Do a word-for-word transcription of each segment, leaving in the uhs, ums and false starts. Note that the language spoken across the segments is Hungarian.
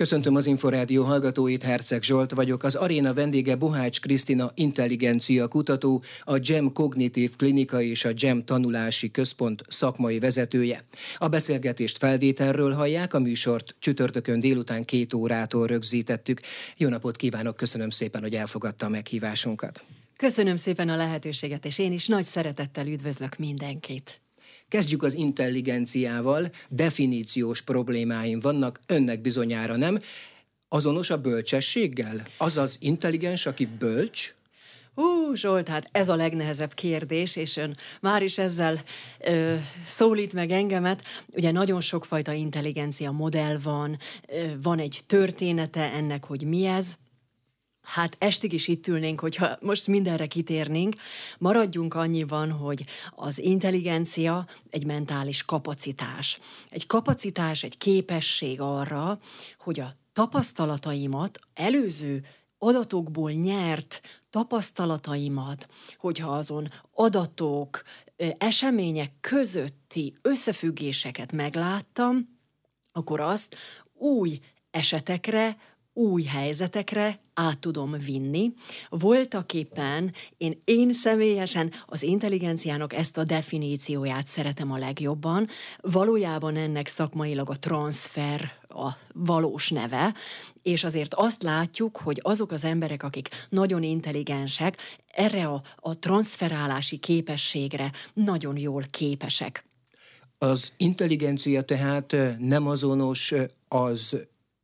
Köszöntöm az Inforádió hallgatóit, Herceg Zsolt vagyok, az aréna vendége Bohács Krisztina intelligencia kutató, a GEM Kognitív Klinika és a GEM Tanulási Központ szakmai vezetője. A beszélgetést felvételről hallják, a műsort csütörtökön délután két órától rögzítettük. Jó napot kívánok, köszönöm szépen, hogy elfogadta a meghívásunkat. Köszönöm szépen a lehetőséget, és én is nagy szeretettel üdvözlök mindenkit. Kezdjük az intelligenciával, definíciós problémáim vannak, önnek bizonyára nem. Azonos a bölcsességgel? Az az intelligens, aki bölcs? Hú, Zsolt, hát ez a legnehezebb kérdés, és ön már is ezzel ö, szólít meg engemet. Ugye nagyon sokfajta intelligencia modell van, ö, van egy története ennek, hogy mi ez. Hát estig is itt ülnénk, hogyha most mindenre kitérnénk. Maradjunk annyiban, hogy az intelligencia egy mentális kapacitás. Egy kapacitás, egy képesség arra, hogy a tapasztalataimat, előző adatokból nyert tapasztalataimat, hogyha azon adatok, események közötti összefüggéseket megláttam, akkor azt új esetekre, új helyzetekre át tudom vinni. Voltaképpen én, én személyesen az intelligenciának ezt a definícióját szeretem a legjobban. Valójában ennek szakmailag a transfer a valós neve, és azért azt látjuk, hogy azok az emberek, akik nagyon intelligensek, erre a, a transferálási képességre nagyon jól képesek. Az intelligencia tehát nem azonos az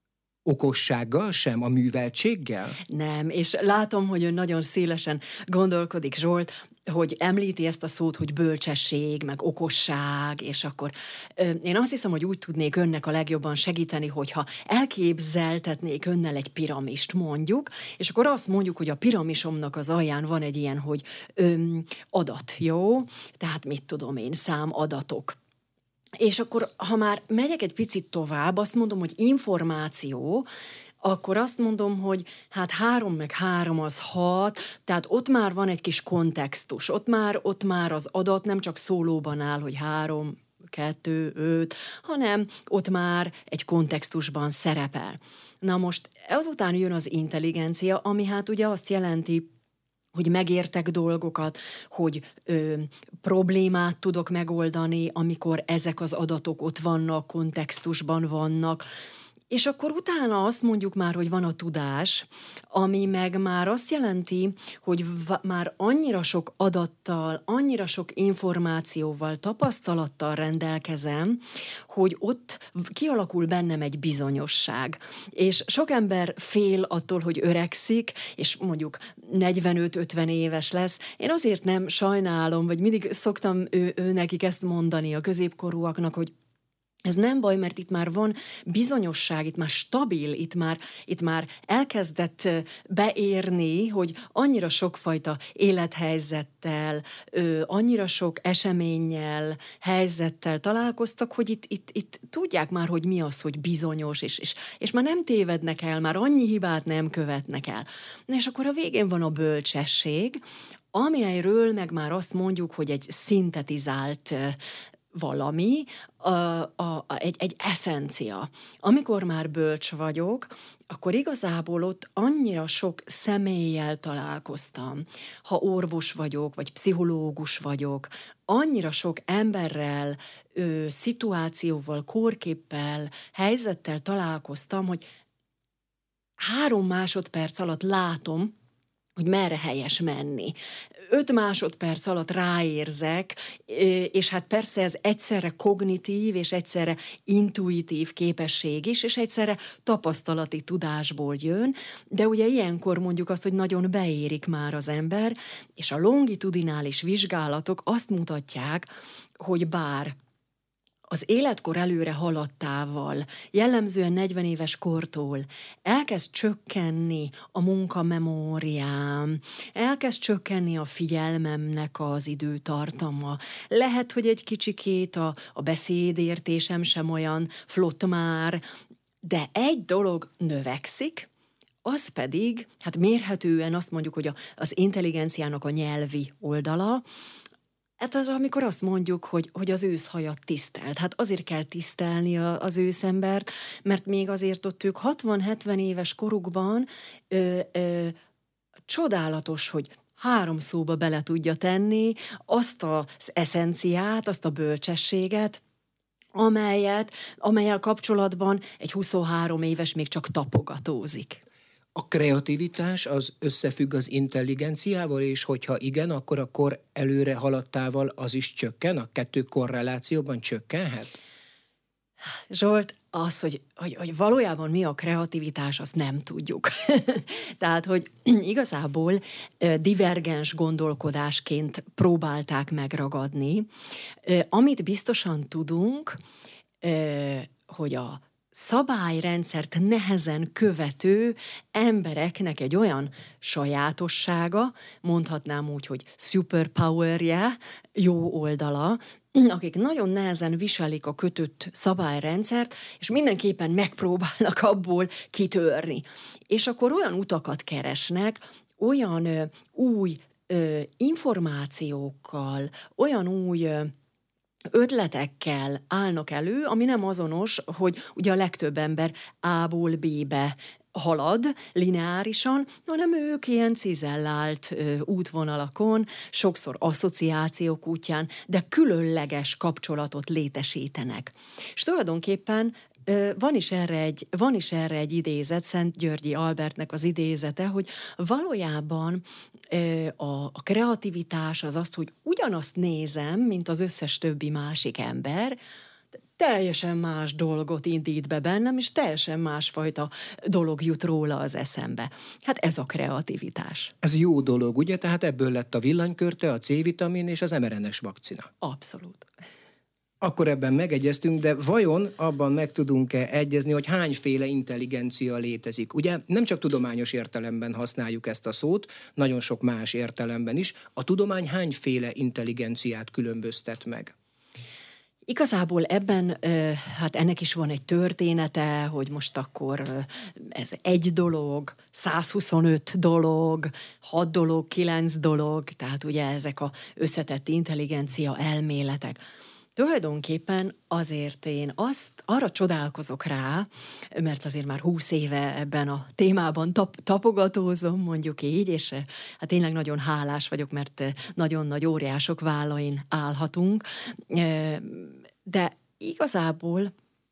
okossággal sem, a műveltséggel? Nem, és látom, hogy ön nagyon szélesen gondolkodik, Zsolt, hogy említi ezt a szót, hogy bölcsesség, meg okosság, és akkor ö, én azt hiszem, hogy úgy tudnék önnek a legjobban segíteni, hogyha elképzeltetnék önnel egy piramist, mondjuk, és akkor azt mondjuk, hogy a piramisomnak az alján van egy ilyen, hogy ö, adat, jó? Tehát mit tudom én, számadatok. És akkor, ha már megyek egy picit tovább, azt mondom, hogy információ, akkor azt mondom, hogy hát három meg három az hat, tehát ott már van egy kis kontextus, ott már, ott már az adat nem csak szólóban áll, hogy három, kettő, öt, hanem ott már egy kontextusban szerepel. Na most azután jön az intelligencia, ami hát ugye azt jelenti, hogy megértek dolgokat, hogy ö, problémát tudok megoldani, amikor ezek az adatok ott vannak, kontextusban vannak. És akkor utána azt mondjuk már, hogy van a tudás, ami meg már azt jelenti, hogy v- már annyira sok adattal, annyira sok információval, tapasztalattal rendelkezem, hogy ott kialakul bennem egy bizonyosság. És sok ember fél attól, hogy öregszik, és mondjuk negyvenöt-ötven éves lesz. Én azért nem sajnálom, vagy mindig szoktam ő, ő nekik ezt mondani a középkorúaknak, hogy ez nem baj, mert itt már van bizonyosság, itt már stabil, itt már, itt már elkezdett beérni, hogy annyira sokfajta élethelyzettel, annyira sok eseménnyel, helyzettel találkoztak, hogy itt, itt, itt tudják már, hogy mi az, hogy bizonyos, és, és, és már nem tévednek el, már annyi hibát nem követnek el. Na és akkor a végén van a bölcsesség, amelyről meg már azt mondjuk, hogy egy szintetizált valami, a, a, a, egy, egy eszencia. Amikor már bölcs vagyok, akkor igazából ott annyira sok személlyel találkoztam. Ha orvos vagyok, vagy pszichológus vagyok, annyira sok emberrel, ö, szituációval, kórképpel, helyzettel találkoztam, hogy három másodperc alatt látom, hogy merre helyes menni. Öt másodperc alatt ráérzek, és hát persze ez egyszerre kognitív, és egyszerre intuitív képesség is, és egyszerre tapasztalati tudásból jön, de ugye ilyenkor mondjuk azt, hogy nagyon beérik már az ember, és a longitudinális vizsgálatok azt mutatják, hogy bár az életkor előre haladtával, jellemzően negyven éves kortól elkezd csökkenni a munkamemóriám, elkezd csökkenni a figyelmemnek az időtartama. Lehet, hogy egy kicsikét a, a beszédértésem sem olyan flott már, de egy dolog növekszik, az pedig, hát mérhetően azt mondjuk, hogy a, az intelligenciának a nyelvi oldala, Hát az, amikor azt mondjuk, hogy, hogy az őszhajat tisztelt. Hát azért kell tisztelni a, az őszembert, mert még azért ott ők hatvan-hetven éves korukban ö, ö, csodálatos, hogy három szóba bele tudja tenni azt az eszenciát, azt a bölcsességet, amelyet, amelyel kapcsolatban egy huszonhárom éves még csak tapogatózik. A kreativitás az összefügg az intelligenciával, és hogyha igen, akkor a kor előre haladtával az is csökken? A kettő korrelációban csökkenhet? Zsolt, az, hogy, hogy, hogy valójában mi a kreativitás, azt nem tudjuk. Tehát, hogy igazából divergens gondolkodásként próbálták megragadni. Amit biztosan tudunk, hogy a szabályrendszert nehezen követő embereknek egy olyan sajátossága, mondhatnám úgy, hogy superpowerje, jó oldala, akik nagyon nehezen viselik a kötött szabályrendszert, és mindenképpen megpróbálnak abból kitörni. És akkor olyan utakat keresnek, olyan ö, új ö, információkkal, olyan új ö, ötletekkel állnak elő, ami nem azonos, hogy ugye a legtöbb ember A-ból B-be halad lineárisan, hanem ők ilyen cizellált ö, útvonalakon, sokszor asszociációk útján, de különleges kapcsolatot létesítenek. És tulajdonképpen ö, van is erre egy, van is erre egy idézet, Szent Györgyi Albertnek az idézete, hogy valójában ö, a, a kreativitás az azt, hogy ugyanazt nézem, mint az összes többi másik ember, teljesen más dolgot indít be bennem, és teljesen másfajta dolog jut róla az eszembe. Hát ez a kreativitás. Ez jó dolog, ugye? Tehát ebből lett a villanykörte, a C-vitamin és az em er en es vakcina. Abszolút. Akkor ebben megegyeztünk, de vajon abban meg tudunk-e egyezni, hogy hányféle intelligencia létezik? Ugye nem csak tudományos értelemben használjuk ezt a szót, nagyon sok más értelemben is. A tudomány hányféle intelligenciát különböztet meg? Igazából ebben, hát ennek is van egy története, hogy most akkor ez egy dolog, százhuszonöt dolog, hat dolog, kilenc dolog, tehát ugye ezek az összetett intelligencia elméletek. Tulajdonképpen azért én azt, arra csodálkozok rá, mert azért már húsz éve ebben a témában tap, tapogatózom, mondjuk így, és hát tényleg nagyon hálás vagyok, mert nagyon nagy óriások vállain állhatunk. De igazából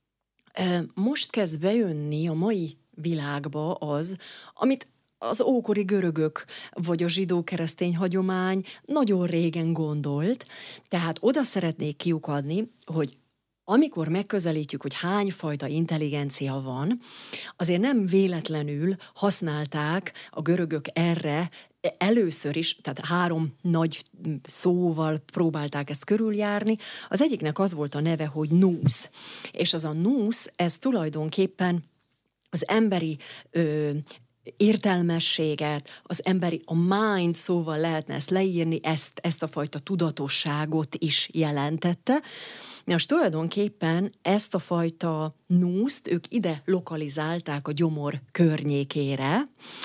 most kezd bejönni a mai világba az, amit az ókori görögök vagy a zsidó-keresztény hagyomány nagyon régen gondolt, tehát oda szeretnék kiukadni, hogy amikor megközelítjük, hogy hányfajta intelligencia van, azért nem véletlenül használták a görögök erre először is, tehát három nagy szóval próbálták ezt körüljárni. Az egyiknek az volt a neve, hogy nous. És az a nous, ez tulajdonképpen az emberi ö, értelmességet, az emberi, a mind szóval lehetne ezt leírni, ezt, ezt a fajta tudatosságot is jelentette. Most tulajdonképpen ezt a fajta núszt ők ide lokalizálták a gyomor környékére.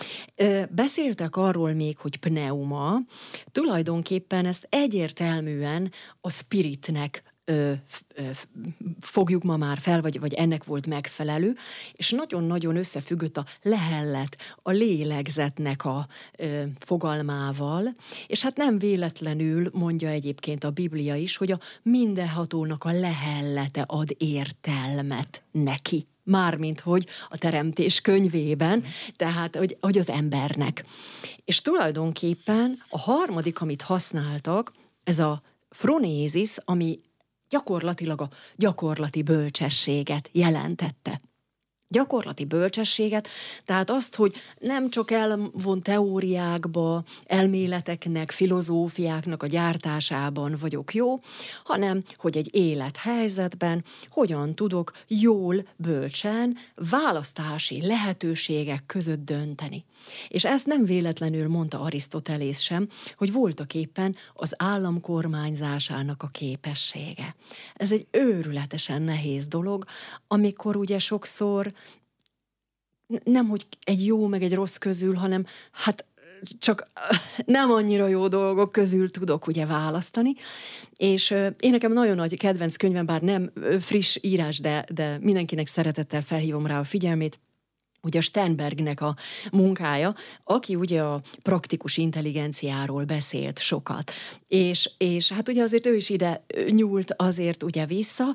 Beszéltek arról még, hogy pneuma, tulajdonképpen ezt egyértelműen a spiritnek Ö, ö, fogjuk ma már fel, vagy, vagy ennek volt megfelelő, és nagyon-nagyon összefüggött a lehellet, a lélegzetnek a ö, fogalmával, és hát nem véletlenül mondja egyébként a Biblia is, hogy a mindenhatónak a lehellete ad értelmet neki. Mármint, hogy a teremtés könyvében, tehát, hogy, hogy az embernek. És tulajdonképpen a harmadik, amit használtak, ez a phronézis, ami gyakorlatilag a gyakorlati bölcsességet jelentette. Gyakorlati bölcsességet, tehát azt, hogy nem csak elvont teóriákba, elméleteknek, filozófiáknak a gyártásában vagyok jó, hanem hogy egy élethelyzetben hogyan tudok jól, bölcsen választási lehetőségek között dönteni. És ezt nem véletlenül mondta Arisztotelész sem, hogy voltak éppen az állam kormányzásának a képessége. Ez egy őrületesen nehéz dolog, amikor ugye sokszor nem, hogy egy jó meg egy rossz közül, hanem hát csak nem annyira jó dolgok közül tudok ugye választani, és én nekem nagyon nagy kedvenc könyvem, bár nem friss írás, de, de mindenkinek szeretettel felhívom rá a figyelmét, ugye a Sternbergnek a munkája, aki ugye a praktikus intelligenciáról beszélt sokat. És, és hát ugye azért ő is ide nyúlt azért ugye vissza,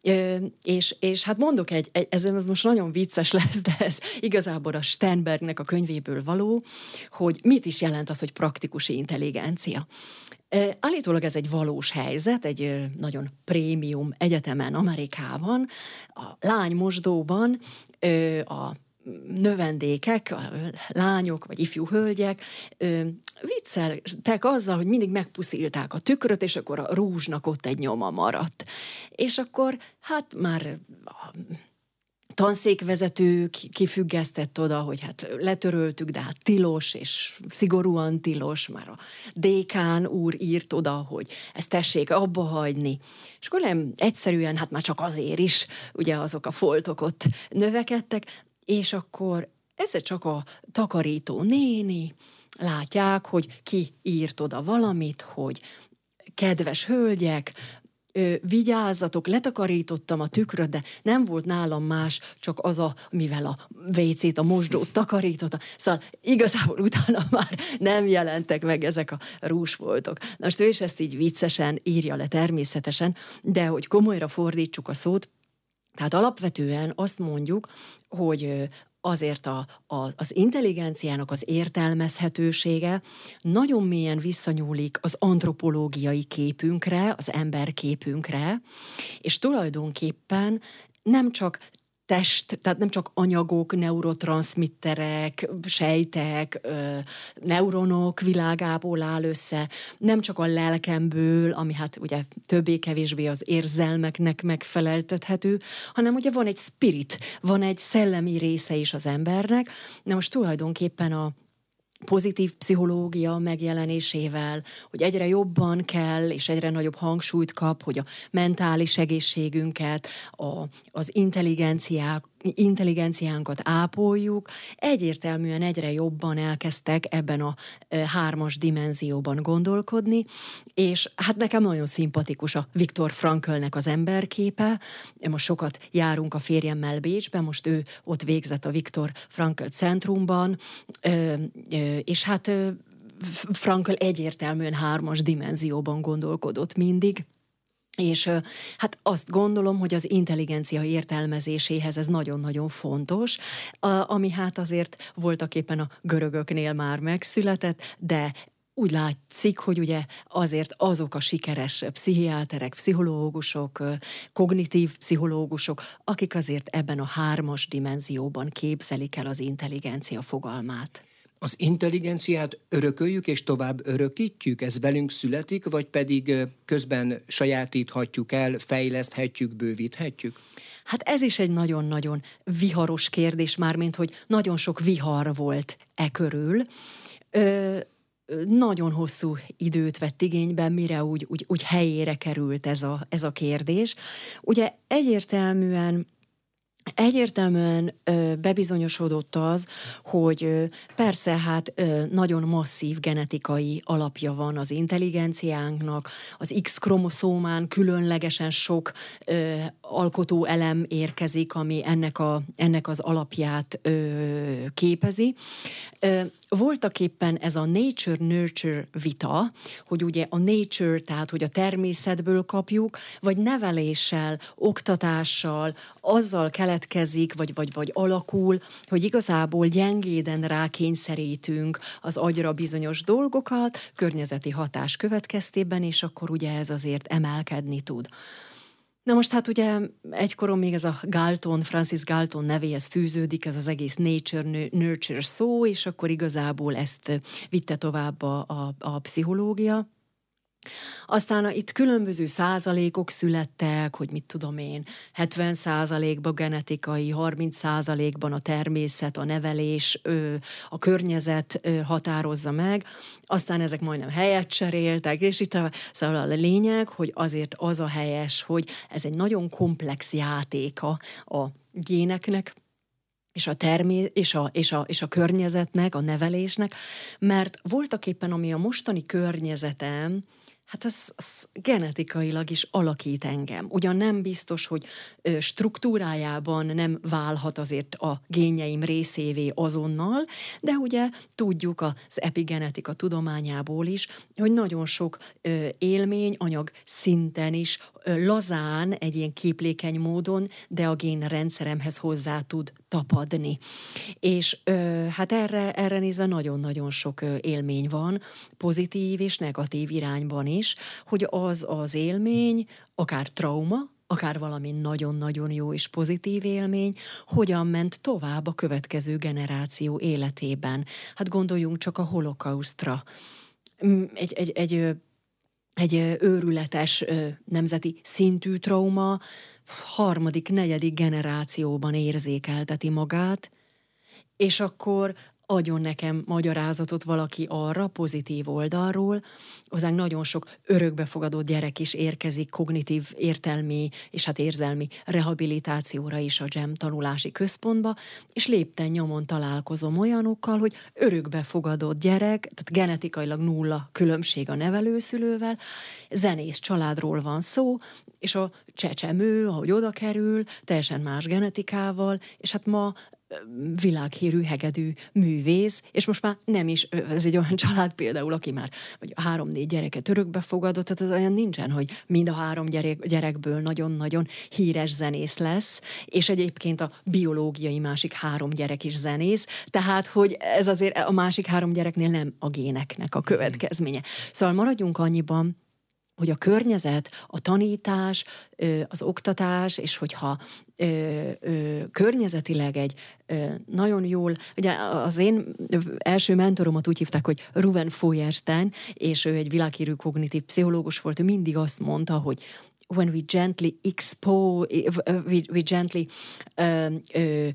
és, és hát mondok egy, egy, ez most nagyon vicces lesz, de ez igazából a Sternbergnek a könyvéből való, hogy mit is jelent az, hogy praktikus intelligencia. Állítólag ez egy valós helyzet, egy nagyon prémium egyetemen Amerikában, a lánymosdóban a növendékek, a lányok vagy ifjú hölgyek ö, vicceltek azzal, hogy mindig megpuszilták a tükröt, és akkor a rúzsnak ott egy nyoma maradt. És akkor hát már a tanszékvezető kifüggesztett oda, hogy hát letöröltük, de hát tilos, és szigorúan tilos, már a dékán úr írt oda, hogy ezt tessék abba hagyni. És akkor nem egyszerűen, hát már csak azért is, ugye azok a foltok ott növekedtek, és akkor ez csak a takarító néni, látják, hogy ki írt oda valamit, hogy kedves hölgyek, vigyázzatok, letakarítottam a tükröt, de nem volt nálam más, csak az a, mivel a vécét, a mosdót takarította. Szóval igazából utána már nem jelentek meg ezek a rúzsfoltok. Na most ő is ezt így viccesen írja le természetesen, de hogy komolyra fordítsuk a szót, tehát alapvetően azt mondjuk, hogy azért a, a, az intelligenciának az értelmezhetősége nagyon mélyen visszanyúlik az antropológiai képünkre, az emberképünkre, és tulajdonképpen nem csak test, tehát nem csak anyagok, neurotranszmitterek, sejtek, neuronok világából áll össze, nem csak a lelkemből, ami hát ugye többé-kevésbé az érzelmeknek megfeleltethető, hanem ugye van egy spirit, van egy szellemi része is az embernek. Na most tulajdonképpen a pozitív pszichológia megjelenésével, hogy egyre jobban kell, és egyre nagyobb hangsúlyt kap, hogy a mentális egészségünket, a, az intelligenciák, intelligenciánkat ápoljuk, egyértelműen egyre jobban elkezdtek ebben a e, hármas dimenzióban gondolkodni, és hát nekem nagyon szimpatikus a Viktor Franklnek az emberképe. Most sokat járunk a férjemmel Bécsben, most ő ott végzett a Viktor Frankl centrumban, e, e, és hát e, Frankl egyértelműen hármas dimenzióban gondolkodott mindig, és hát azt gondolom, hogy az intelligencia értelmezéséhez ez nagyon-nagyon fontos, ami hát azért voltaképpen a görögöknél már megszületett, de úgy látszik, hogy ugye azért azok a sikeres pszichiáterek, pszichológusok, kognitív pszichológusok, akik azért ebben a hármas dimenzióban képzelik el az intelligencia fogalmát. Az intelligenciát örököljük és tovább örökítjük? Ez velünk születik, vagy pedig közben sajátíthatjuk el, fejleszthetjük, bővíthetjük? Hát ez is egy nagyon-nagyon viharos kérdés, mármint hogy nagyon sok vihar volt e körül. Ö, nagyon hosszú időt vett igénybe, mire úgy, úgy, úgy helyére került ez a, ez a kérdés. Ugye egyértelműen Egyértelműen ö, bebizonyosodott az, hogy ö, persze hát ö, nagyon masszív genetikai alapja van az intelligenciánknak, az X-kromoszómán különlegesen sok ö, alkotó elem érkezik, ami ennek, a, ennek az alapját ö, képezi. Ö, voltaképpen ez a nature-nurture vita, hogy ugye a nature, tehát hogy a természetből kapjuk, vagy neveléssel, oktatással, azzal keletkezik, vagy, vagy, vagy alakul, hogy igazából gyengéden rákényszerítünk az agyra bizonyos dolgokat, környezeti hatás következtében, és akkor ugye ez azért emelkedni tud. Na most hát ugye egykoron még ez a Galton, Francis Galton nevéhez fűződik, ez az egész nature-nurture szó, és akkor igazából ezt vitte tovább a, a, a pszichológia. Aztán itt különböző százalékok születtek, hogy mit tudom én, hetven százalékban genetikai, harminc százalékban a természet, a nevelés, a környezet határozza meg, aztán ezek majdnem helyet cseréltek, és itt a, szóval a lényeg, hogy azért az a helyes, hogy ez egy nagyon komplex játéka a géneknek, és a, termé- és, a, és, a, és a környezetnek, a nevelésnek, mert voltaképpen, ami a mostani környezetem, hát az, az genetikailag is alakít engem. Ugyan nem biztos, hogy ö, struktúrájában nem válhat azért a génjeim részévé azonnal, de ugye tudjuk az epigenetika tudományából is, hogy nagyon sok ö, élmény, anyag szinten is ö, lazán, egy ilyen képlékeny módon, de a génrendszeremhez hozzá tud tapadni. És ö, hát erre, erre nézve nagyon-nagyon sok ö, élmény van, pozitív és negatív irányban is, is, hogy az az élmény, akár trauma, akár valami nagyon-nagyon jó és pozitív élmény, hogyan ment tovább a következő generáció életében. Hát gondoljunk csak a holokausztra. Egy, egy, egy, egy őrületes nemzeti szintű trauma harmadik, negyedik generációban érzékelteti magát, és akkor adjon nekem magyarázatot valaki arra, pozitív oldalról. Hozzánk nagyon sok örökbefogadott gyerek is érkezik kognitív, értelmi és hát érzelmi rehabilitációra is a dzsem tanulási központba, és lépten nyomon találkozom olyanokkal, hogy örökbefogadott gyerek, tehát genetikailag nulla különbség a nevelőszülővel, zenész családról van szó, és a csecsemő, ahogy oda kerül, teljesen más genetikával, és hát ma világhírű hegedű művész, és most már nem is, ez egy olyan család például, aki már vagy három-négy gyereket örökbe fogadott, tehát az olyan nincsen, hogy mind a három gyerek, gyerekből nagyon-nagyon híres zenész lesz, és egyébként a biológiai másik három gyerek is zenész, tehát, hogy ez azért a másik három gyereknél nem a géneknek a következménye. Szóval maradjunk annyiban, hogy a környezet, a tanítás, az oktatás, és hogyha ö, ö, környezetileg egy ö, nagyon jól, ugye az én első mentoromat úgy hívták, hogy Ruven Feuerstein, és ő egy világhírű kognitív pszichológus volt, ő mindig azt mondta, hogy when we gently expose, we, we gently uh, uh,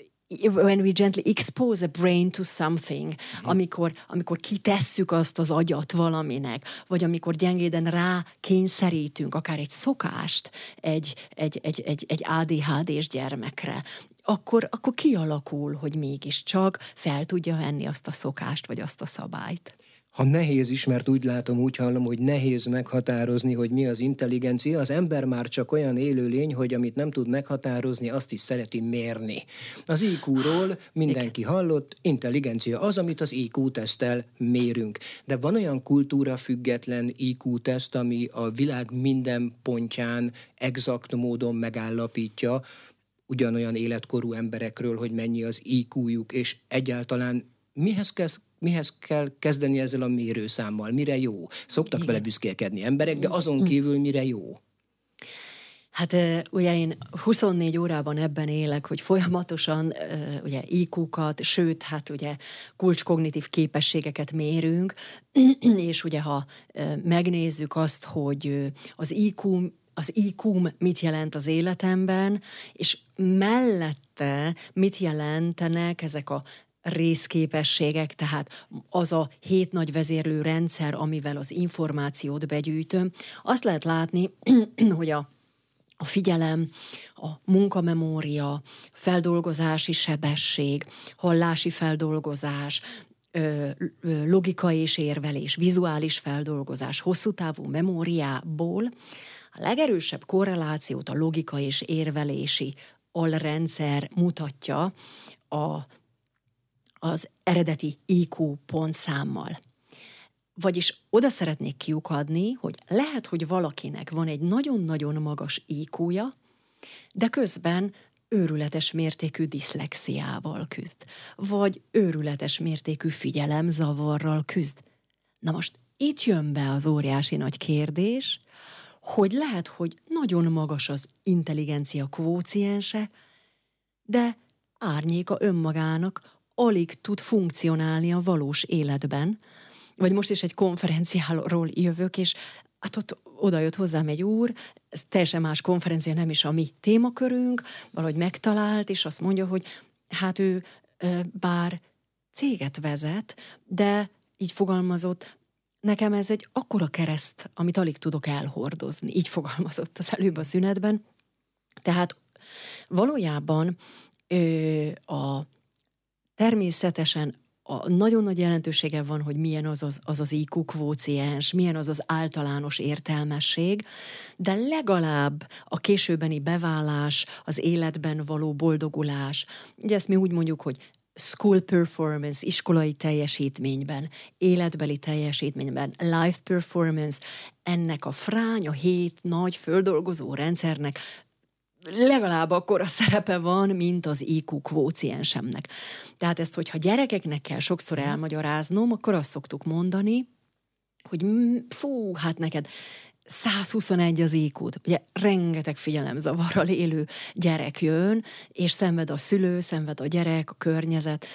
when we gently expose a brain to something, amikor, amikor kitesszük azt az agyat valaminek, vagy amikor gyengéden rá kényszerítünk akár egy szokást egy, egy, egy, egy, egy á dé há dés gyermekre, akkor, akkor kialakul, hogy mégiscsak fel tudja venni azt a szokást, vagy azt a szabályt. Ha nehéz is, mert úgy látom, úgy hallom, hogy nehéz meghatározni, hogy mi az intelligencia, az ember már csak olyan élőlény, hogy amit nem tud meghatározni, azt is szereti mérni. Az í kú-ról mindenki hallott, intelligencia az, amit az í kú-teszttel mérünk. De van olyan kultúra független í kú-teszt, ami a világ minden pontján exakt módon megállapítja ugyanolyan életkorú emberekről, hogy mennyi az í kújuk, és egyáltalán mihez kezd Mihez kell kezdeni ezzel a mérőszámmal? Mire jó? Szoktak Igen. vele büszkélkedni emberek, de azon kívül mire jó? Hát ugye én huszonnégy órában ebben élek, hogy folyamatosan ugye í kú-kat, sőt, hát ugye kulcskognitív képességeket mérünk, és ugye ha megnézzük azt, hogy az í kú az í kú mit jelent az életemben, és mellette mit jelentenek ezek a részképességek, tehát az a hét nagy vezérlő rendszer, amivel az információt begyűjtöm, azt lehet látni, hogy a, a figyelem, a munkamemória, feldolgozási sebesség, hallási feldolgozás, logika és érvelés, vizuális feldolgozás, hosszú távú memóriából a legerősebb korrelációt a logika és érvelési alrendszer mutatja a az eredeti í kú pontszámmal. Vagyis oda szeretnék kiukadni, hogy lehet, hogy valakinek van egy nagyon-nagyon magas í kúja, de közben őrületes mértékű diszlexiával küzd, vagy őrületes mértékű figyelemzavarral küzd. Na most itt jön be az óriási nagy kérdés, hogy lehet, hogy nagyon magas az intelligencia kvóciense, de árnyéka önmagának alig tud funkcionálni a valós életben. Vagy most is egy konferenciáról jövök, és hát ott oda jött hozzám egy úr, ez teljesen más konferencia, nem is a mi témakörünk, valahogy megtalált, és azt mondja, hogy hát ő bár céget vezet, de így fogalmazott, nekem ez egy akkora kereszt, amit alig tudok elhordozni. Így fogalmazott az előbb a szünetben. Tehát valójában Ö, a, természetesen a nagyon nagy jelentősége van, hogy milyen az az, az, az í kú kvóciens, milyen az az általános értelmesség, de legalább a későbbeni beválás, az életben való boldogulás, ugye ezt mi úgy mondjuk, hogy school performance, iskolai teljesítményben, életbeli teljesítményben, life performance, ennek a frány, a hét nagy földolgozó rendszernek legalább akkora szerepe van, mint az í kú kvóciensemnek. Tehát ezt, hogyha gyerekeknek kell sokszor elmagyaráznom, akkor azt szoktuk mondani, hogy fú, hát neked száz huszonegy az í kúd. Ugye rengeteg figyelemzavarral élő gyerek jön, és szenved a szülő, szenved a gyerek, a környezet.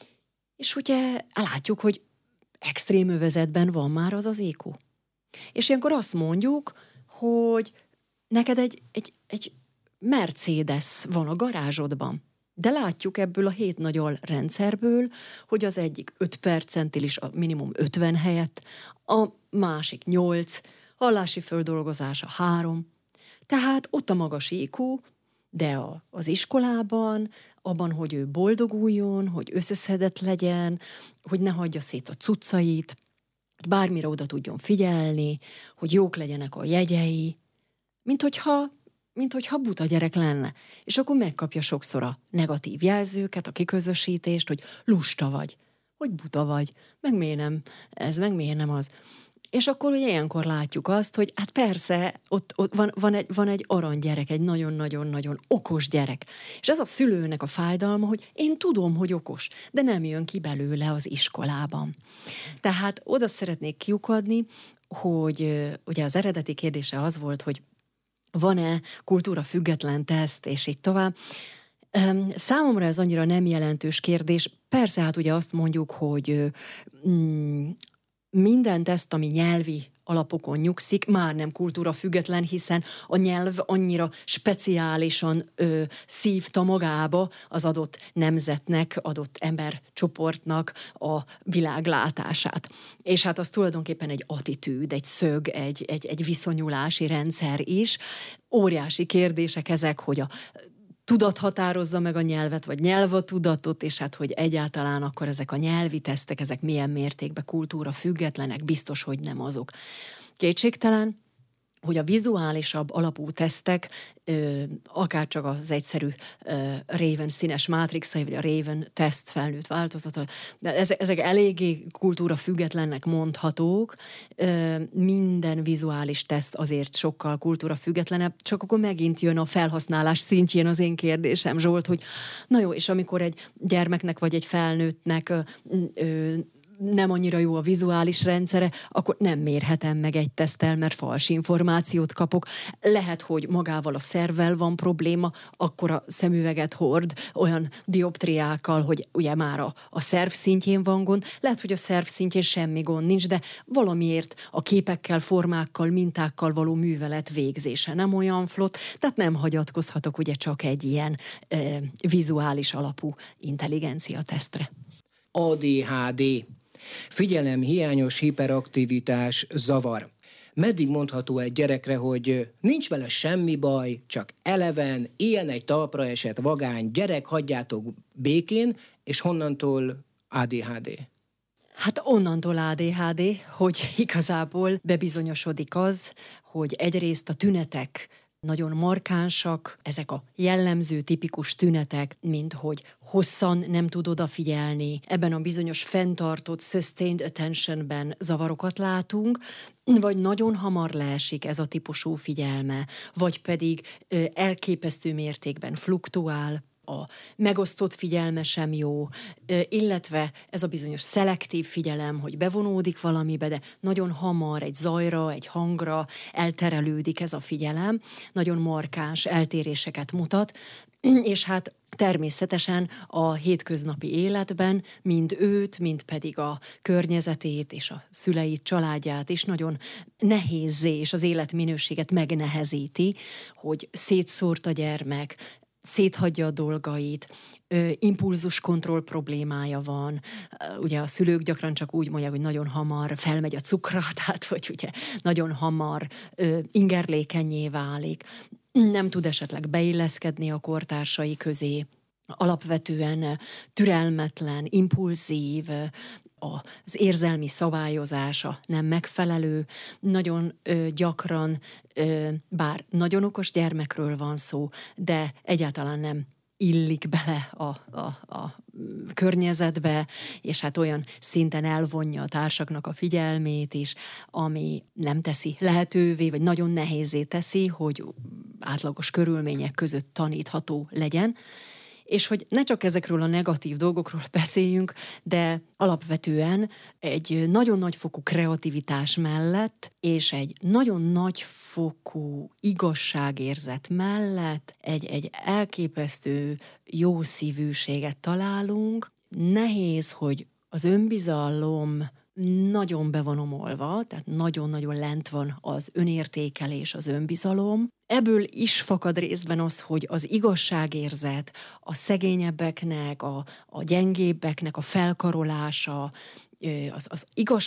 És ugye látjuk, hogy extrém övezetben van már az az í kú. És ilyenkor azt mondjuk, hogy neked egy, egy, egy Mercedes van a garázsodban. De látjuk ebből a hét nagy rendszerből, hogy az egyik öt percentil is a minimum ötven helyett, a másik nyolc, hallási földolgozása három. Tehát ott a magas í kú, de a, az iskolában, abban, hogy ő boldoguljon, hogy összeszedett legyen, hogy ne hagyja szét a cuccait, hogy bármire oda tudjon figyelni, hogy jók legyenek a jegyei, mint hogyha mint hogyha buta gyerek lenne. És akkor megkapja sokszor a negatív jelzőket, a kiközösítést, hogy lusta vagy, hogy buta vagy, meg miért nem ez, meg miért nem az. És akkor ugye ilyenkor látjuk azt, hogy hát persze, ott, ott van, van, egy, van egy aranygyerek, egy nagyon-nagyon-nagyon okos gyerek. És ez a szülőnek a fájdalma, hogy én tudom, hogy okos, de nem jön ki belőle az iskolában. Tehát oda szeretnék kiukadni, hogy ugye az eredeti kérdése az volt, hogy van-e kultúra független teszt, és így tovább. Számomra ez annyira nem jelentős kérdés. Persze, hát ugye azt mondjuk, hogy mm, minden teszt, ami nyelvi alapokon nyugszik, már nem kultúra független, hiszen a nyelv annyira speciálisan ö, szívta magába az adott nemzetnek, adott embercsoportnak a világlátását. És hát az tulajdonképpen egy attitűd, egy szög, egy, egy, egy viszonyulási rendszer is. Óriási kérdések ezek, hogy a tudat határozza meg a nyelvet, vagy nyelv a tudatot, és hát, hogy egyáltalán akkor ezek a nyelvi tesztek, ezek milyen mértékben kultúra függetlenek, biztos, hogy nem azok. Kétségtelen, hogy a vizuálisabb alapú tesztek, akárcsak az egyszerű Raven színes mátrixai, vagy a Raven teszt felnőtt változata, de ezek, ezek eléggé kultúra függetlennek mondhatók. Minden vizuális teszt azért sokkal kultúra függetlenebb, csak akkor megint jön a felhasználás szintjén az én kérdésem, Zsolt, hogy na jó, és amikor egy gyermeknek vagy egy felnőttnek nem annyira jó a vizuális rendszere, akkor nem mérhetem meg egy teszttel, mert fals információt kapok. Lehet, hogy magával a szervvel van probléma, akkor a szemüveget hord olyan dioptriákkal, hogy ugye már a, a szerv szintjén van gond. Lehet, hogy a szerv szintjén semmi gond nincs, de valamiért a képekkel, formákkal, mintákkal való művelet végzése nem olyan flott, tehát nem hagyatkozhatok ugye csak egy ilyen e, vizuális alapú intelligencia tesztre. á dé há dé. Figyelemhiányos hiperaktivitás, zavar. Meddig mondható egy gyerekre, hogy nincs vele semmi baj, csak eleven, ilyen egy talpra esett vagány gyerek, hagyjátok békén, és honnantól á dé há dé? Hát onnantól á dé há dé, hogy igazából bebizonyosodik az, hogy egyrészt a tünetek nagyon markánsak, ezek a jellemző, tipikus tünetek, mint hogy hosszan nem tud odafigyelni, ebben a bizonyos fenntartott sustained attentionben zavarokat látunk, vagy nagyon hamar leesik ez a típusú figyelme, vagy pedig ö, elképesztő mértékben fluktuál, a megosztott figyelme sem jó, illetve ez a bizonyos szelektív figyelem, hogy bevonódik valamibe, de nagyon hamar egy zajra, egy hangra elterelődik ez a figyelem, nagyon markáns eltéréseket mutat, és hát természetesen a hétköznapi életben mind őt, mind pedig a környezetét és a szüleit, családját is nagyon nehézzé, és az életminőséget megnehezíti, hogy szétszórt a gyermek, széthagyja a dolgait, impulzuskontroll problémája van. Ugye a szülők gyakran csak úgy mondják, hogy nagyon hamar felmegy a cukra, tehát hogy ugye nagyon hamar ingerlékenyé válik, nem tud esetleg beilleszkedni a kortársai közé, alapvetően türelmetlen, impulzív, az érzelmi szabályozása nem megfelelő, nagyon ö, gyakran, ö, bár nagyon okos gyermekről van szó, de egyáltalán nem illik bele a, a, a környezetbe, és hát olyan szinten elvonja a társaknak a figyelmét is, ami nem teszi lehetővé, vagy nagyon nehézzé teszi, hogy átlagos körülmények között tanítható legyen. És hogy ne csak ezekről a negatív dolgokról beszéljünk, de alapvetően egy nagyon nagyfokú kreativitás mellett, és egy nagyon nagyfokú igazságérzet mellett egy, egy elképesztő jó szívűséget találunk. Nehéz, hogy az önbizalom nagyon be van omolva, tehát nagyon-nagyon lent van az önértékelés, az önbizalom. Ebből is fakad részben az, hogy az igazságérzet, a szegényebbeknek, a, a gyengébbeknek a felkarolása, az, az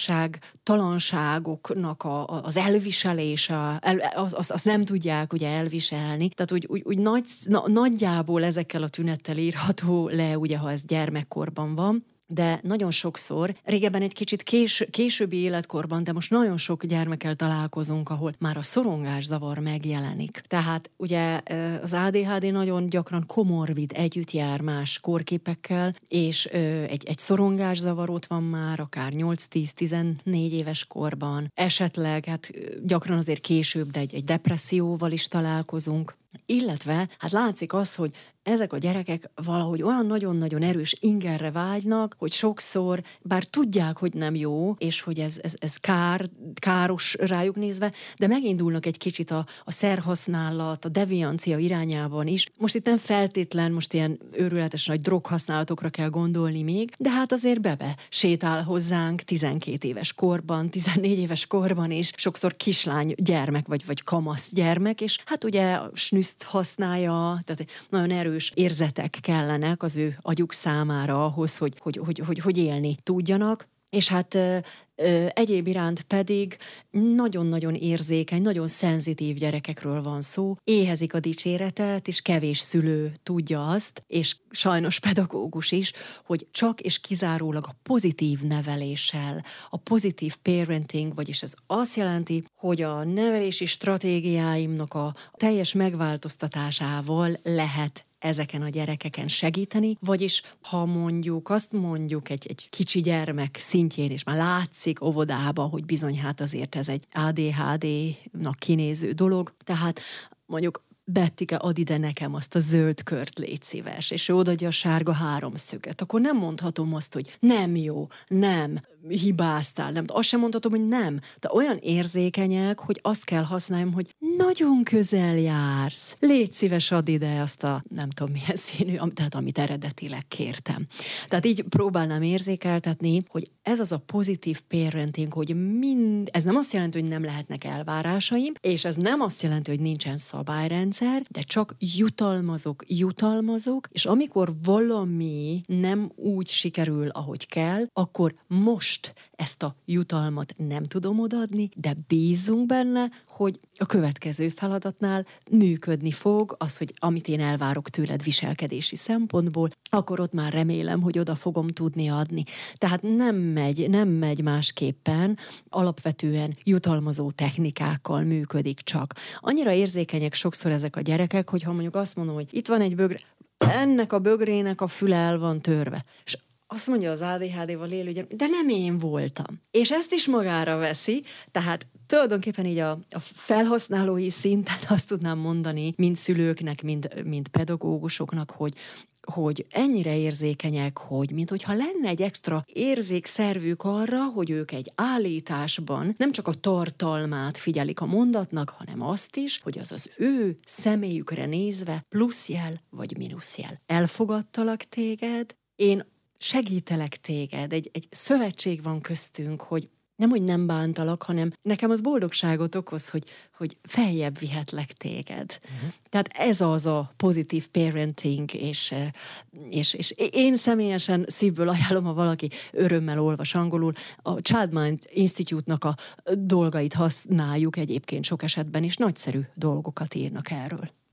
igazságtalanságoknak a, az elviselése, el, az, az, azt nem tudják ugye elviselni. Tehát úgy, úgy, úgy nagy, na, nagyjából ezekkel a tünettel írható le, ugye, ha ez gyermekkorban van. De nagyon sokszor, régebben egy kicsit kés, későbbi életkorban, de most nagyon sok gyermekkel találkozunk, ahol már a szorongászavar megjelenik. Tehát ugye az á dé há dé nagyon gyakran komorbid, együtt jár más kórképekkel, és egy, egy szorongászavar ott van már akár nyolc-tíz-tizennégy éves korban. Esetleg, hát gyakran azért később, de egy, egy depresszióval is találkozunk. Illetve, hát látszik az, hogy ezek a gyerekek valahogy olyan nagyon-nagyon erős ingerre vágynak, hogy sokszor, bár tudják, hogy nem jó, és hogy ez, ez, ez kár, káros rájuk nézve, de megindulnak egy kicsit a, a szerhasználat, a deviancia irányában is. Most itt nem feltétlen, most ilyen őrületes nagy droghasználatokra kell gondolni még, de hát azért bebe sétál hozzánk tizenkét éves korban, tizennégy éves korban is, sokszor kislány gyermek, vagy, vagy kamasz gyermek, és hát ugye a snüszt használja, tehát nagyon erős érzetek kellenek az ő agyuk számára ahhoz, hogy, hogy, hogy, hogy, hogy élni tudjanak. És hát ö, ö, egyéb iránt pedig nagyon-nagyon érzékeny, nagyon szenzitív gyerekekről van szó. Éhezik a dicséretet, és kevés szülő tudja azt, és sajnos pedagógus is, hogy csak és kizárólag a pozitív neveléssel, a pozitív parenting, vagyis ez azt jelenti, hogy a nevelési stratégiáimnak a teljes megváltoztatásával lehet ezeken a gyerekeken segíteni, vagyis ha mondjuk azt mondjuk egy, egy kicsi gyermek szintjén, és már látszik óvodába, hogy bizony hát azért ez egy á dé há dé-nak kinéző dolog, tehát mondjuk Bettike, add ide nekem azt a zöld kört, légy szíves, és ő odaadja a sárga háromszöget, akkor nem mondhatom azt, hogy nem jó, nem, hibáztál, nem, azt sem mondhatom, hogy nem. De olyan érzékenyek, hogy azt kell használjam, hogy nagyon közel jársz. Légy szíves, add ide azt a nem tudom milyen színű, tehát amit eredetileg kértem. Tehát így próbálnám érzékeltetni, hogy ez az a pozitív parenting, hogy mind, ez nem azt jelenti, hogy nem lehetnek elvárásaim, és ez nem azt jelenti, hogy nincsen szabályrendszer, de csak jutalmazok, jutalmazok, és amikor valami nem úgy sikerül, ahogy kell, akkor most ezt a jutalmat nem tudom odaadni, de bízunk benne, hogy a következő feladatnál működni fog az, hogy amit én elvárok tőled viselkedési szempontból, akkor ott már remélem, hogy oda fogom tudni adni. Tehát nem megy, nem megy másképpen, alapvetően jutalmazó technikákkal működik csak. Annyira érzékenyek sokszor ezek a gyerekek, hogy ha mondjuk azt mondom, hogy itt van egy bögre, ennek a bögrének a füle el van törve, és azt mondja az á dé há dé-val élő gyermek, de nem én voltam. És ezt is magára veszi, tehát tulajdonképpen így a, a felhasználói szinten azt tudnám mondani, mind szülőknek, mind, mind pedagógusoknak, hogy hogy ennyire érzékenyek, hogy mint hogyha lenne egy extra érzékszervük arra, hogy ők egy állításban nem csak a tartalmát figyelik a mondatnak, hanem azt is, hogy az az ő személyükre nézve pluszjel vagy mínuszjel. Elfogadtalak téged, én segítelek téged, egy, egy szövetség van köztünk, hogy nem, hogy nem bántalak, hanem nekem az boldogságot okoz, hogy, hogy feljebb vihetlek téged. Uh-huh. Tehát ez az a pozitív parenting, és, és, és én személyesen szívből ajánlom, ha valaki örömmel olvas angolul, a Childmind Institute-nak a dolgait használjuk egyébként sok esetben, és nagyszerű dolgokat írnak erről.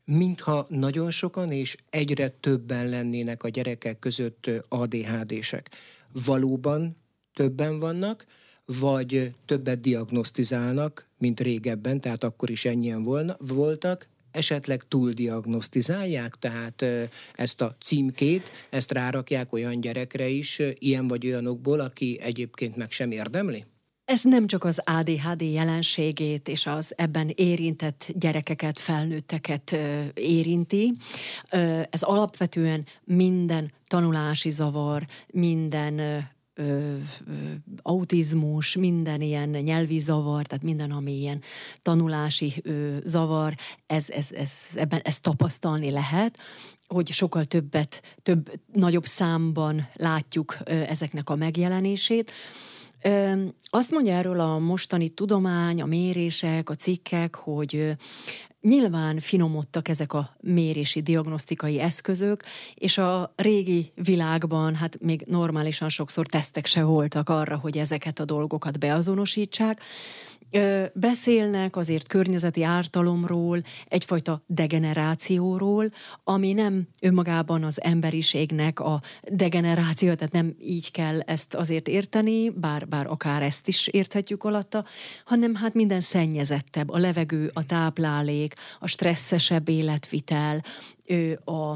Mintha nagyon sokan és egyre többen lennének a gyerekek között á dé há dések. Valóban többen vannak, vagy többet diagnosztizálnak, mint régebben, tehát akkor is ennyien volna, voltak, esetleg túldiagnosztizálják, tehát ezt a címkét, ezt rárakják olyan gyerekre is, ilyen vagy olyanokból, aki egyébként meg sem érdemli? Ez nem csak az á dé há dé jelenségét és az ebben érintett gyerekeket, felnőtteket érinti. Ez alapvetően minden tanulási zavar, minden Ö, ö, autizmus, minden ilyen nyelvi zavar, tehát minden, ami ilyen tanulási ö, zavar, ez, ez, ez, ebben ezt tapasztalni lehet, hogy sokkal többet, több, nagyobb számban látjuk ö, ezeknek a megjelenését. Ö, azt mondja erről a mostani tudomány, a mérések, a cikkek, hogy ö, nyilván finomodtak ezek a mérési, diagnosztikai eszközök, és a régi világban hát még normálisan sokszor tesztek se voltak arra, hogy ezeket a dolgokat beazonosítsák. Beszélnek azért környezeti ártalomról, egyfajta degenerációról, ami nem önmagában az emberiségnek a degeneráció, tehát nem így kell ezt azért érteni, bár, bár akár ezt is érthetjük alatta, hanem hát minden szennyezettebb, a levegő, a táplálék, a stresszesebb életvitel, a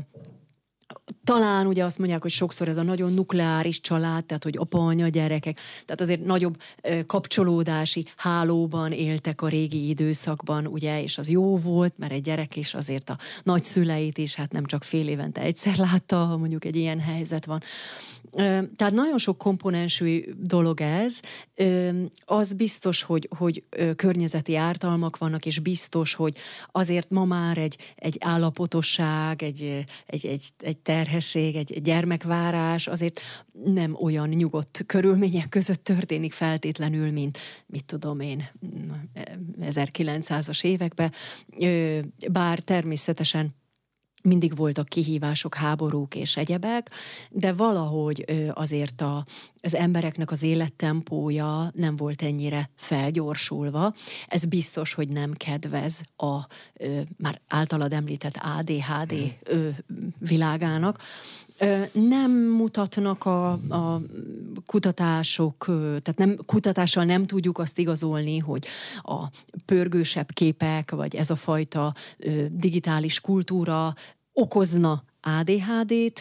talán ugye azt mondják, hogy sokszor ez a nagyon nukleáris család, tehát hogy apa, anya, gyerekek, tehát azért nagyobb kapcsolódási hálóban éltek a régi időszakban, ugye, és az jó volt, mert egy gyerek is azért a nagyszüleit is, hát nem csak fél évente egyszer látta, ha mondjuk egy ilyen helyzet van. Tehát nagyon sok komponensű dolog ez. Az biztos, hogy, hogy környezeti ártalmak vannak, és biztos, hogy azért ma már egy, egy állapotosság, egy, egy, egy, egy terhesség, egy gyermekvárás azért nem olyan nyugodt körülmények között történik feltétlenül, mint mit tudom én, ezerkilencszázas években. Bár természetesen mindig voltak kihívások, háborúk és egyebek, de valahogy azért a, az embereknek az élettempója nem volt ennyire felgyorsulva. Ez biztos, hogy nem kedvez a már általad említett á dé há dé világának. Nem mutatnak a, a kutatások, tehát nem, kutatással nem tudjuk azt igazolni, hogy a pörgősebb képek, vagy ez a fajta digitális kultúra okozna á dé há dét,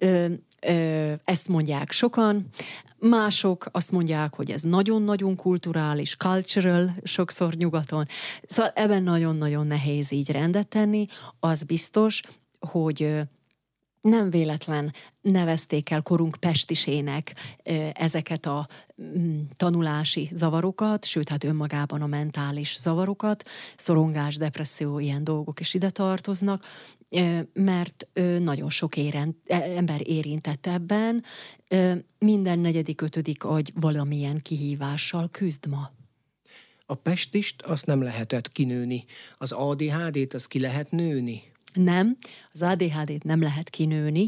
ezt mondják sokan. Mások azt mondják, hogy ez nagyon-nagyon kulturális, cultural, sokszor nyugaton. Szóval ebben nagyon-nagyon nehéz így rendet tenni. Az biztos, hogy nem véletlen nevezték el korunk pestisének ezeket a tanulási zavarokat, sőt, hát önmagában a mentális zavarokat, szorongás, depresszió, ilyen dolgok is ide tartoznak, mert nagyon sok éren, ember érintett ebben, minden negyedik, ötödik agy valamilyen kihívással küzd ma. A pestist azt nem lehetett kinőni, az á dé há dét azt ki lehet nőni? Nem, az á dé há dét nem lehet kinőni.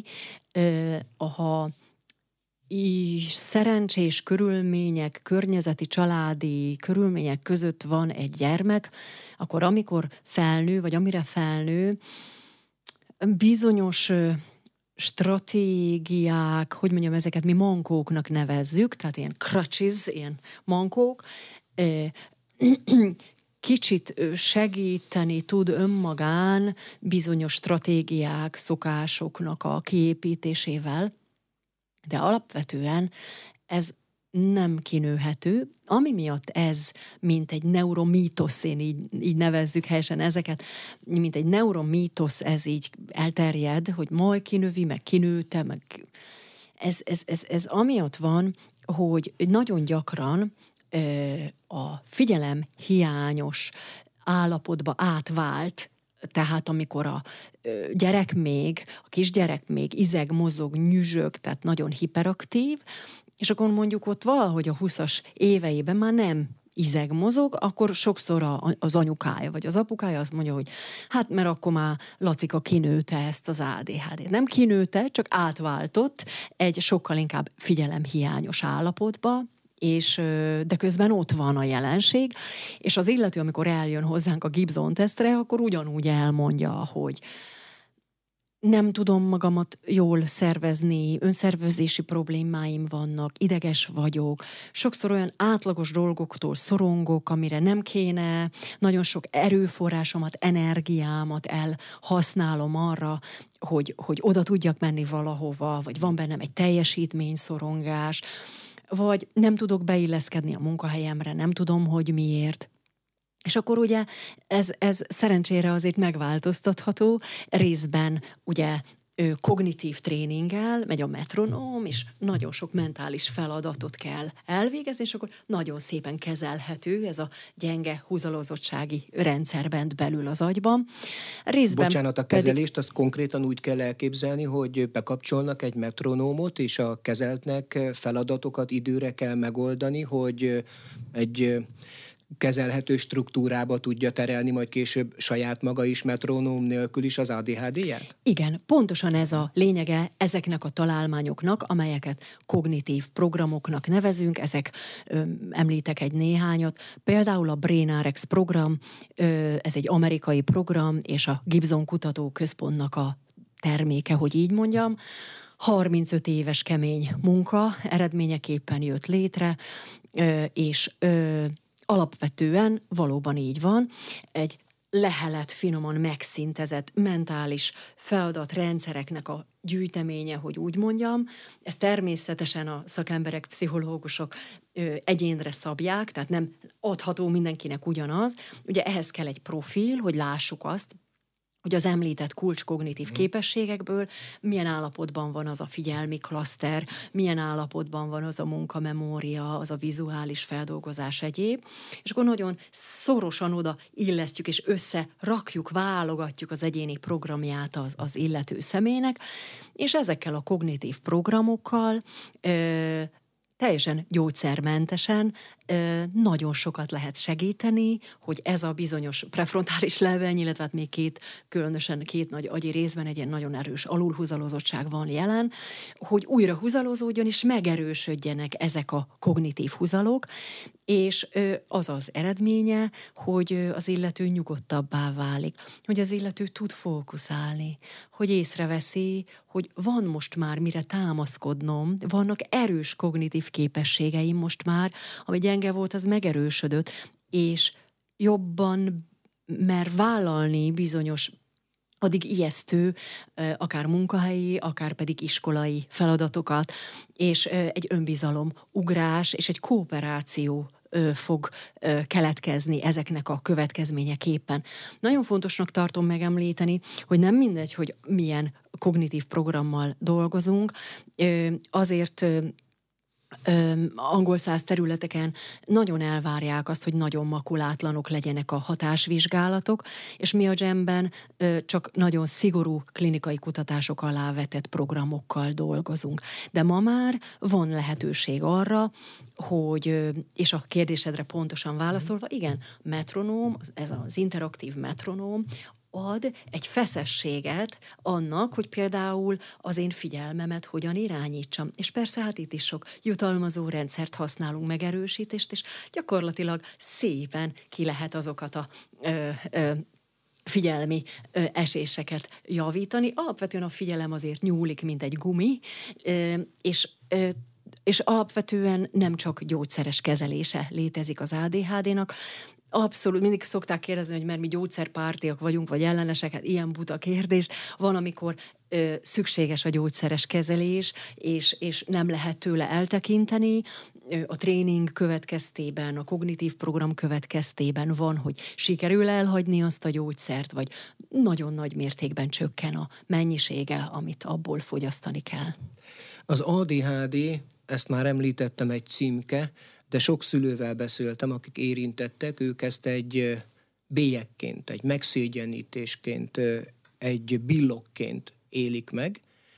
Ha szerencsés körülmények, környezeti, családi körülmények között van egy gyermek, akkor amikor felnő, vagy amire felnő, bizonyos stratégiák, hogy mondjam, ezeket mi mankóknak nevezzük, tehát ilyen crutches, ilyen mankók, kicsit segíteni tud önmagán bizonyos stratégiák, szokásoknak a kiépítésével, de alapvetően ez nem kinőhető, ami miatt ez, mint egy neuromítosz, én így, így nevezzük helyesen ezeket, mint egy neuromítosz, ez így elterjed, hogy majd kinövi, meg kinőte, meg ez, ez, ez, ez amiatt van, hogy nagyon gyakran a figyelem hiányos állapotba átvált, tehát amikor a gyerek még, a kisgyerek még izeg, mozog, nyüzsög, tehát nagyon hiperaktív, és akkor mondjuk ott valahogy a húszas éveiben már nem izeg, mozog, akkor sokszor a, az anyukája vagy az apukája azt mondja, hogy hát mert akkor már Lacika kinőte ezt az á dé há dét. Nem kinőte, csak átváltott egy sokkal inkább figyelemhiányos állapotba, és, de közben ott van a jelenség, és az illető, amikor eljön hozzánk a Gibson tesztre, akkor ugyanúgy elmondja, hogy nem tudom magamat jól szervezni, önszervezési problémáim vannak, ideges vagyok, sokszor olyan átlagos dolgoktól szorongok, amire nem kéne, nagyon sok erőforrásomat, energiámat elhasználom arra, hogy, hogy oda tudjak menni valahova, vagy van bennem egy teljesítményszorongás, vagy nem tudok beilleszkedni a munkahelyemre, nem tudom, hogy miért. És akkor ugye ez, ez szerencsére azért megváltoztatható, részben ugye kognitív tréninggel megy a metronóm, és nagyon sok mentális feladatot kell elvégezni, és akkor nagyon szépen kezelhető ez a gyenge húzalozottsági rendszer bent belül az agyban. Részben Bocsánat, a kezelést pedig... azt konkrétan úgy kell elképzelni, hogy bekapcsolnak egy metronómot, és a kezeltnek feladatokat időre kell megoldani, hogy egy kezelhető struktúrába tudja terelni, majd később saját maga is metronóm nélkül is az á dé há dé-ját? Igen, pontosan ez a lényege ezeknek a találmányoknak, amelyeket kognitív programoknak nevezünk, ezek ö, említek egy néhányat, például a BrainRx program, ö, ez egy amerikai program, és a Gibson Kutatóközpontnak a terméke, hogy így mondjam, harmincöt éves kemény munka eredményeképpen jött létre, ö, és ö, alapvetően valóban így van, egy lehelet finoman megszintezett mentális feladatrendszereknek a gyűjteménye, hogy úgy mondjam. Ez természetesen a szakemberek, pszichológusok ö, egyénre szabják, tehát nem adható mindenkinek ugyanaz. Ugye ehhez kell egy profil, hogy lássuk azt, hogy az említett kulcskognitív képességekből milyen állapotban van az a figyelmi klaszter, milyen állapotban van az a munkamemória, az a vizuális feldolgozás egyéb, és akkor nagyon szorosan oda illesztjük, és összerakjuk, válogatjuk az egyéni programját az, az illető személynek, és ezekkel a kognitív programokkal ö, teljesen gyógyszermentesen nagyon sokat lehet segíteni, hogy ez a bizonyos prefrontális leveny, illetve hát még két, különösen két nagy agyi részben egy ilyen nagyon erős alulhúzalozottság van jelen, hogy újra húzalozódjon és megerősödjenek ezek a kognitív húzalok, és az az eredménye, hogy az illető nyugodtabbá válik, hogy az illető tud fókuszálni, hogy észreveszi, hogy van most már mire támaszkodnom, vannak erős kognitív képességeim most már, ami gyenge volt, az megerősödött, és jobban mer vállalni bizonyos addig ijesztő, akár munkahelyi, akár pedig iskolai feladatokat, és egy önbizalom ugrás, és egy kooperáció fog keletkezni ezeknek a következményeképpen. Nagyon fontosnak tartom megemlíteni, hogy nem mindegy, hogy milyen kognitív programmal dolgozunk, azért Öm, angol száz területeken nagyon elvárják azt, hogy nagyon makulátlanok legyenek a hatásvizsgálatok, és mi a dzsemben ö, csak nagyon szigorú klinikai kutatások alá vetett programokkal dolgozunk. De ma már van lehetőség arra, hogy, és a kérdésedre pontosan válaszolva, igen, metronóm, ez az interaktív metronóm, ad egy feszességet annak, hogy például az én figyelmemet hogyan irányítsam. És persze hát itt is sok jutalmazó rendszert használunk, megerősítést, és gyakorlatilag szépen ki lehet azokat a ö, ö, figyelmi ö, eséseket javítani. Alapvetően a figyelem azért nyúlik, mint egy gumi, ö, és ö, és alapvetően nem csak gyógyszeres kezelése létezik az á dé há dé-nak. Abszolút, mindig szokták kérdezni, hogy mert mi gyógyszerpártiak vagyunk, vagy ellenesek, hát ilyen buta kérdés. Van, amikor ö, szükséges a gyógyszeres kezelés, és, és nem lehet tőle eltekinteni. Ö, a tréning következtében, a kognitív program következtében van, hogy sikerül elhagyni azt a gyógyszert, vagy nagyon nagy mértékben csökken a mennyisége, amit abból fogyasztani kell. Az á dé há dé, ezt már említettem, egy címke, de sok szülővel beszéltem, akik érintettek, ők ezt egy bélyegként, egy megszégyenítésként, egy billogként élik meg.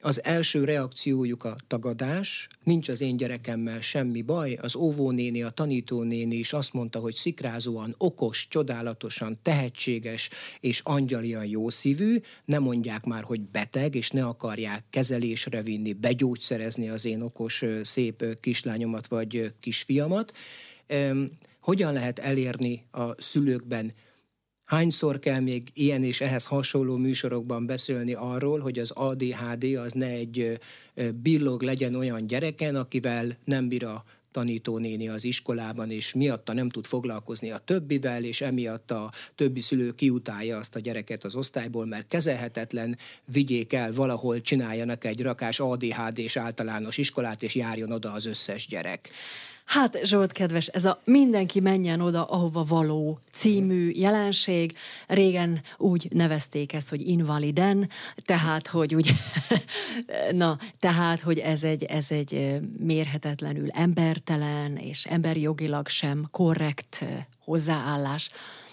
Az első reakciójuk a tagadás, nincs az én gyerekemmel semmi baj, az óvónéni, a tanítónéni is azt mondta, hogy szikrázóan okos, csodálatosan tehetséges és angyalian jószívű, nem mondják már, hogy beteg, és ne akarják kezelésre vinni, begyógyszerezni az én okos, szép kislányomat vagy kisfiamat. Hogyan lehet elérni a szülőkben? Hányszor kell még ilyen és ehhez hasonló műsorokban beszélni arról, hogy az á dé há dé az ne egy billog legyen olyan gyereken, akivel nem bír a tanítónéni az iskolában, és miatta nem tud foglalkozni a többivel, és emiatt a többi szülő kiutálja azt a gyereket az osztályból, mert kezelhetetlen, vigyék el valahol, csináljanak egy rakás á dé há dés általános iskolát, és járjon oda az összes gyerek. Hát Zsolt kedves, ez a mindenki menjen oda, ahova való című jelenség. Régen úgy nevezték ezt, hogy invaliden, tehát, hogy úgy, na, tehát, hogy ez egy, ez egy mérhetetlenül embertelen, és emberi jogilag sem korrekt hozzáállás.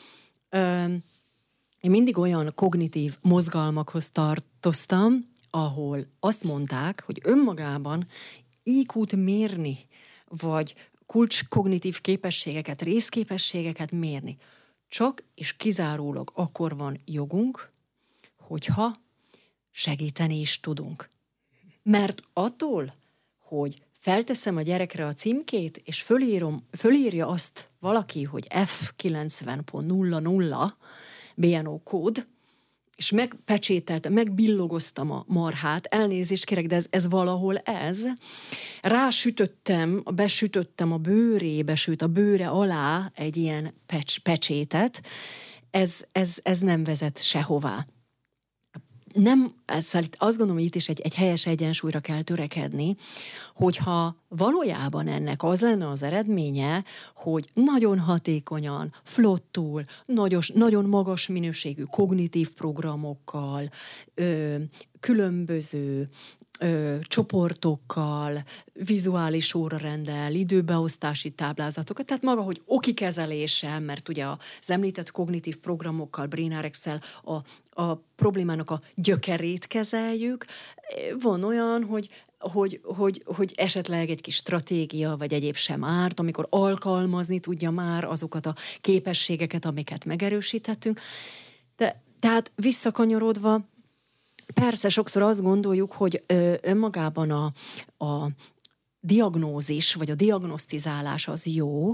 Én mindig olyan kognitív mozgalmakhoz tartoztam, ahol azt mondták, hogy önmagában í kút mérni, vagy kulcskognitív képességeket, részképességeket mérni. Csak és kizárólag akkor van jogunk, hogyha segíteni is tudunk. Mert attól, hogy felteszem a gyerekre a címkét, és fölírom, fölírja azt valaki, hogy F kilencven pont nulla nulla bé en o kód, és megpecsételtem, megbillogoztam a marhát, elnézést kérek, de ez, ez valahol ez. Rásütöttem, besütöttem a bőrébe, sőt a bőre alá egy ilyen pecs, pecsétet, ez, ez, ez nem vezet sehová. Nem, szóval azt gondolom, hogy itt is egy, egy helyes egyensúlyra kell törekedni, hogyha valójában ennek az lenne az eredménye, hogy nagyon hatékonyan, flottul, nagyos, nagyon magas minőségű kognitív programokkal, ö, különböző ö, csoportokkal, vizuális sorrendel, időbeosztási táblázatokat, tehát maga, hogy oki kezeléssel, mert ugye az említett kognitív programokkal, BrainRx-szel a, a problémának a gyökerét kezeljük. Van olyan, hogy Hogy, hogy, hogy esetleg egy kis stratégia, vagy egyéb sem árt, amikor alkalmazni tudja már azokat a képességeket, amiket megerősítettünk. De, tehát visszakanyarodva, persze sokszor azt gondoljuk, hogy ö, önmagában a, a diagnózis, vagy a diagnosztizálás az jó,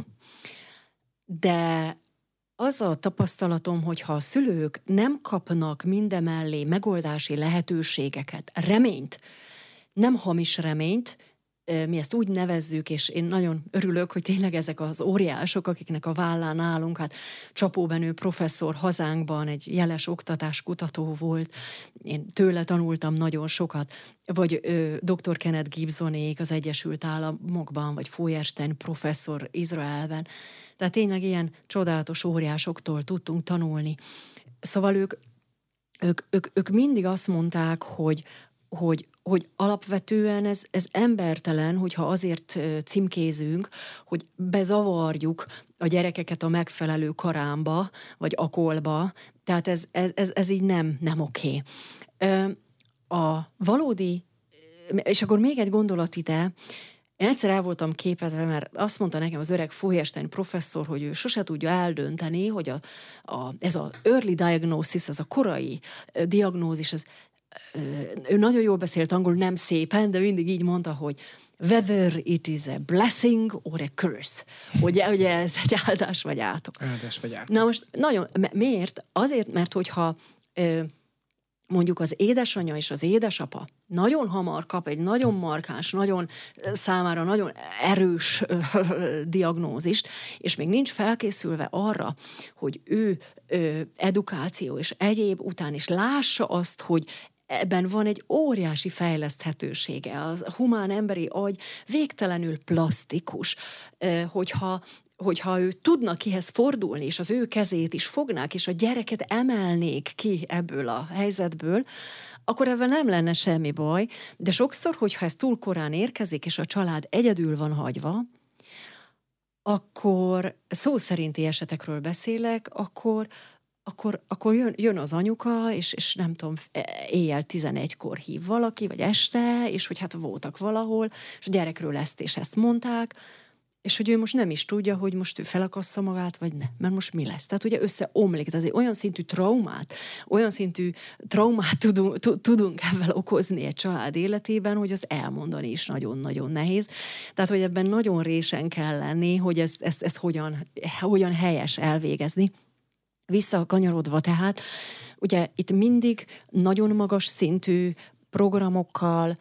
de az a tapasztalatom, hogyha a szülők nem kapnak mindemellé megoldási lehetőségeket, reményt, nem hamis reményt, mi ezt úgy nevezzük, és én nagyon örülök, hogy tényleg ezek az óriások, akiknek a vállán állunk, hát Csapó Benő professzor hazánkban egy jeles oktatáskutató volt, én tőle tanultam nagyon sokat, vagy ö, doktor Kenneth Gibsonék az Egyesült Államokban, vagy Feuerstein professzor Izraelben. Tehát tényleg ilyen csodálatos óriásoktól tudtunk tanulni. Szóval ők, ők, ők, ők mindig azt mondták, hogy Hogy, hogy alapvetően ez, ez embertelen, hogyha azért címkézünk, hogy bezavarjuk a gyerekeket a megfelelő karámba, vagy akolba, tehát ez, ez, ez, ez így nem, nem oké. A valódi, és akkor még egy gondolat ide, én egyszer el voltam képedve, mert azt mondta nekem az öreg Feuerstein professzor, hogy ő sose tudja eldönteni, hogy a, a, ez az early diagnosis, ez a korai diagnózis, ez ő nagyon jól beszélt angolul, nem szépen, de mindig így mondta, hogy whether it is a blessing or a curse. Ugye, ugye ez egy áldás vagy átok. Áldás vagy átok. Na most nagyon, miért? Azért, mert hogyha mondjuk az édesanyja és az édesapa nagyon hamar kap egy nagyon markáns, nagyon számára nagyon erős diagnózist, és még nincs felkészülve arra, hogy ő edukáció és egyéb után is lássa azt, hogy ebben van egy óriási fejleszthetősége. Az humán emberi agy végtelenül plasztikus, hogyha hogyha ő tudna kihez fordulni, és az ő kezét is fognák, és a gyereket emelnék ki ebből a helyzetből, akkor ebben nem lenne semmi baj, de sokszor, hogyha ez túl korán érkezik, és a család egyedül van hagyva, akkor szó szerinti esetekről beszélek, akkor akkor, akkor jön, jön az anyuka, és, és nem tudom, éjjel tizenegykor hív valaki, vagy este, és hogy hát voltak valahol, és a gyerekről ezt és ezt mondták, és hogy ő most nem is tudja, hogy most ő felakassza magát, vagy ne, mert most mi lesz. Tehát ugye összeomlik, tehát olyan szintű traumát, olyan szintű traumát tudunk, tudunk ebben okozni egy család életében, hogy az elmondani is nagyon-nagyon nehéz. Tehát, hogy ebben nagyon résen kell lenni, hogy ezt, ezt, ezt hogyan, hogyan helyes elvégezni. Visszakanyarodva tehát, ugye itt mindig nagyon magas szintű programokkal,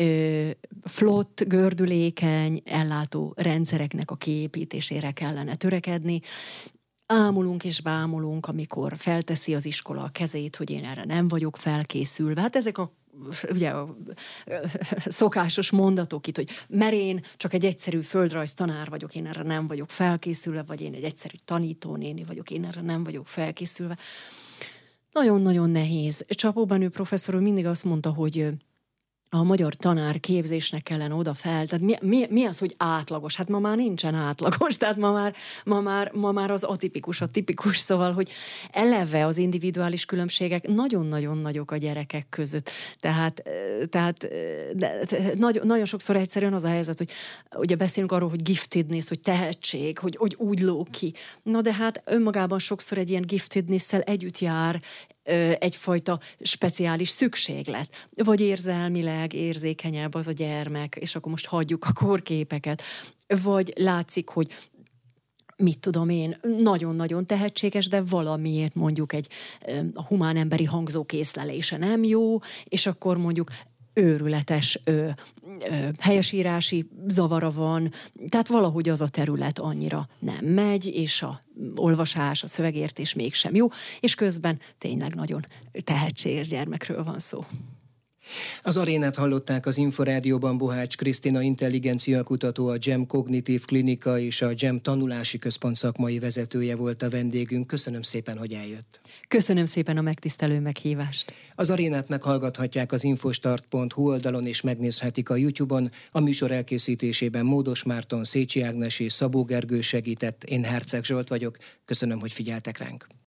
flott, gördülékeny, ellátó rendszereknek a kiépítésére kellene törekedni. Ámulunk és bámulunk, amikor felteszi az iskola a kezét, hogy én erre nem vagyok felkészülve. Hát ezek a ugye a szokásos mondatok itt, hogy mert én csak egy egyszerű földrajz tanár vagyok, én erre nem vagyok felkészülve, vagy én egy egyszerű tanítónéni vagyok, én erre nem vagyok felkészülve. Nagyon-nagyon nehéz. Csapó Benő professzor mindig azt mondta, hogy a magyar tanár képzésnek kellene oda fel. Tehát mi, mi, mi az, hogy átlagos? Hát ma már nincsen átlagos, tehát ma már, ma már, ma már az atipikus, a tipikus, szóval, hogy eleve az individuális különbségek nagyon-nagyon nagyok a gyerekek között. Tehát, tehát de, de, nagyon, nagyon sokszor egyszerűen az a helyzet, hogy ugye beszélünk arról, hogy giftedness, hogy tehetség, hogy, hogy úgy lóg ki. Na de hát önmagában sokszor egy ilyen giftedness-szel együtt jár egyfajta speciális szükséglet, vagy érzelmileg érzékenyebb az a gyermek, és akkor most hagyjuk a kórképeket, vagy látszik, hogy mit tudom én, nagyon-nagyon tehetséges, de valamiért mondjuk egy a humán emberi hangzókészlelése nem jó, és akkor mondjuk őrületes ö, ö, helyesírási zavara van, tehát valahogy az a terület annyira nem megy, és a olvasás, a szövegértés mégsem jó, és közben tényleg nagyon tehetséges gyermekről van szó. Az arénát hallották, az Inforádióban Bohács Krisztina intelligenciakutató, a GEM Kognitív Klinika és a GEM Tanulási Központ szakmai vezetője volt a vendégünk. Köszönöm szépen, hogy eljött. Köszönöm szépen a megtisztelő meghívást. Az arénát meghallgathatják az infostart pont hu oldalon, és megnézhetik a YouTube-on. A műsor elkészítésében Módos Márton, Szécsi Ágnes és Szabó Gergő segített. Én Herceg Zsolt vagyok. Köszönöm, hogy figyeltek ránk.